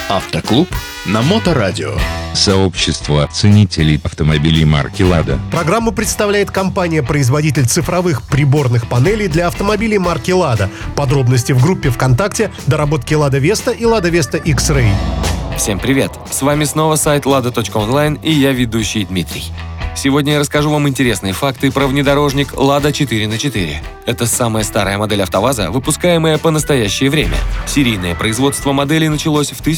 Автоклуб на Моторадио. Сообщество ценителей автомобилей марки «Лада». Программу представляет компания-производитель цифровых приборных панелей для автомобилей марки «Лада». Подробности в группе ВКонтакте «Доработки Лада Веста» и Лада Веста X-Ray. Всем привет! С вами снова сайт lada.online и я ведущий Дмитрий. Сегодня я расскажу вам интересные факты про внедорожник Lada 4х4. Это самая старая модель АвтоВАЗа, выпускаемая по настоящее время. Серийное производство модели началось в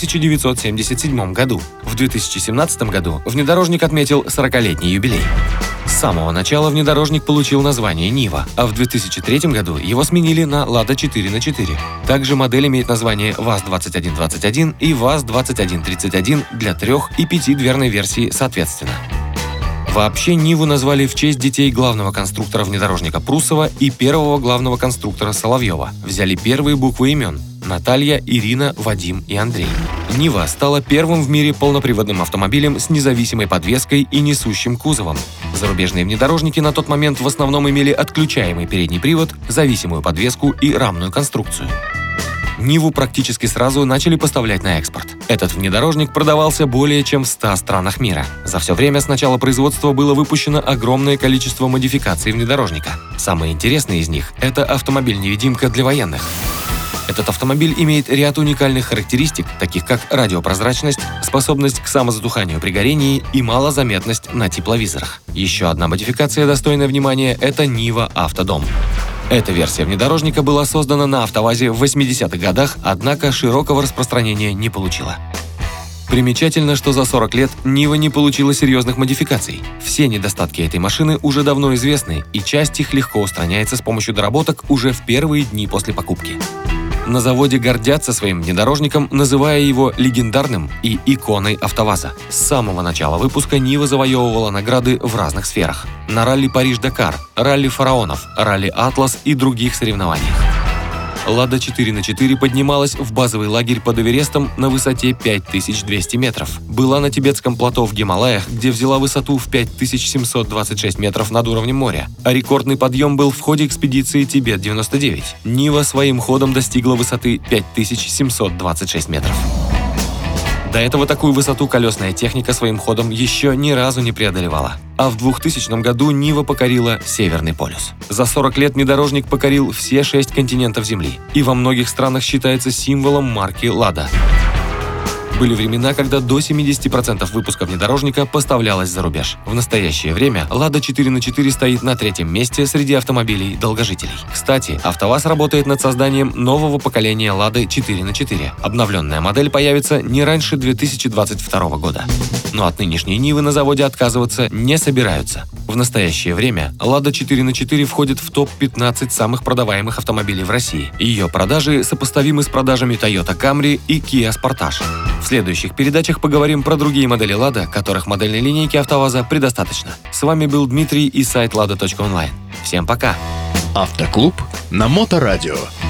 1977 году. В 2017 году внедорожник отметил 40-летний юбилей. С самого начала внедорожник получил название Нива, а в 2003 году его сменили на Lada 4х4. Также модель имеет название ВАЗ-2121 и ВАЗ-2131 для 3- и 5-дверной версии соответственно. Вообще Ниву назвали в честь детей главного конструктора внедорожника Пруссова и первого главного конструктора Соловьева. Взяли первые буквы имен – Наталья, Ирина, Вадим и Андрей. Нива стала первым в мире полноприводным автомобилем с независимой подвеской и несущим кузовом. Зарубежные внедорожники на тот момент в основном имели отключаемый передний привод, зависимую подвеску и рамную конструкцию. Ниву практически сразу начали поставлять на экспорт. Этот внедорожник продавался более чем в 100 странах мира. За все время с начала производства было выпущено огромное количество модификаций внедорожника. Самые интересные из них – это автомобиль-невидимка для военных. Этот автомобиль имеет ряд уникальных характеристик, таких как радиопрозрачность, способность к самозатуханию при горении и малозаметность на тепловизорах. Еще одна модификация, достойная внимания – это Нива Автодом. Эта версия внедорожника была создана на АвтоВАЗе в 80-х годах, однако широкого распространения не получила. Примечательно, что за 40 лет Нива не получила серьезных модификаций. Все недостатки этой машины уже давно известны, и часть их легко устраняется с помощью доработок уже в первые дни после покупки. На заводе гордятся своим внедорожником, называя его легендарным и иконой АвтоВАЗа. С самого начала выпуска Нива завоевывала награды в разных сферах. На ралли Париж-Дакар, ралли Фараонов, ралли Атлас и других соревнованиях. Lada 4х4 поднималась в базовый лагерь под Эверестом на высоте 5200 метров. Была на тибетском плато в Гималаях, где взяла высоту в 5726 метров над уровнем моря. А рекордный подъем был в ходе экспедиции Тибет-99. Нива своим ходом достигла высоты 5726 метров. До этого такую высоту колесная техника своим ходом еще ни разу не преодолевала. А в 2000 году Нива покорила Северный полюс. За 40 лет внедорожник покорил все 6 континентов Земли и во многих странах считается символом марки Lada. Были времена, когда до 70% выпуска внедорожника поставлялось за рубеж. В настоящее время Lada 4х4 стоит на 3-м месте среди автомобилей долгожителей. Кстати, АвтоВАЗ работает над созданием нового поколения Lada 4х4. Обновленная модель появится не раньше 2022 года. Но от нынешней Нивы на заводе отказываться не собираются. В настоящее время Lada 4х4 входит в топ-15 самых продаваемых автомобилей в России. Ее продажи сопоставимы с продажами Toyota Camry и Kia Sportage. В следующих передачах поговорим про другие модели Lada, которых в модельной линейке АвтоВАЗа предостаточно. С вами был Дмитрий и сайт lada.online. Всем пока! Автоклуб на Моторадио.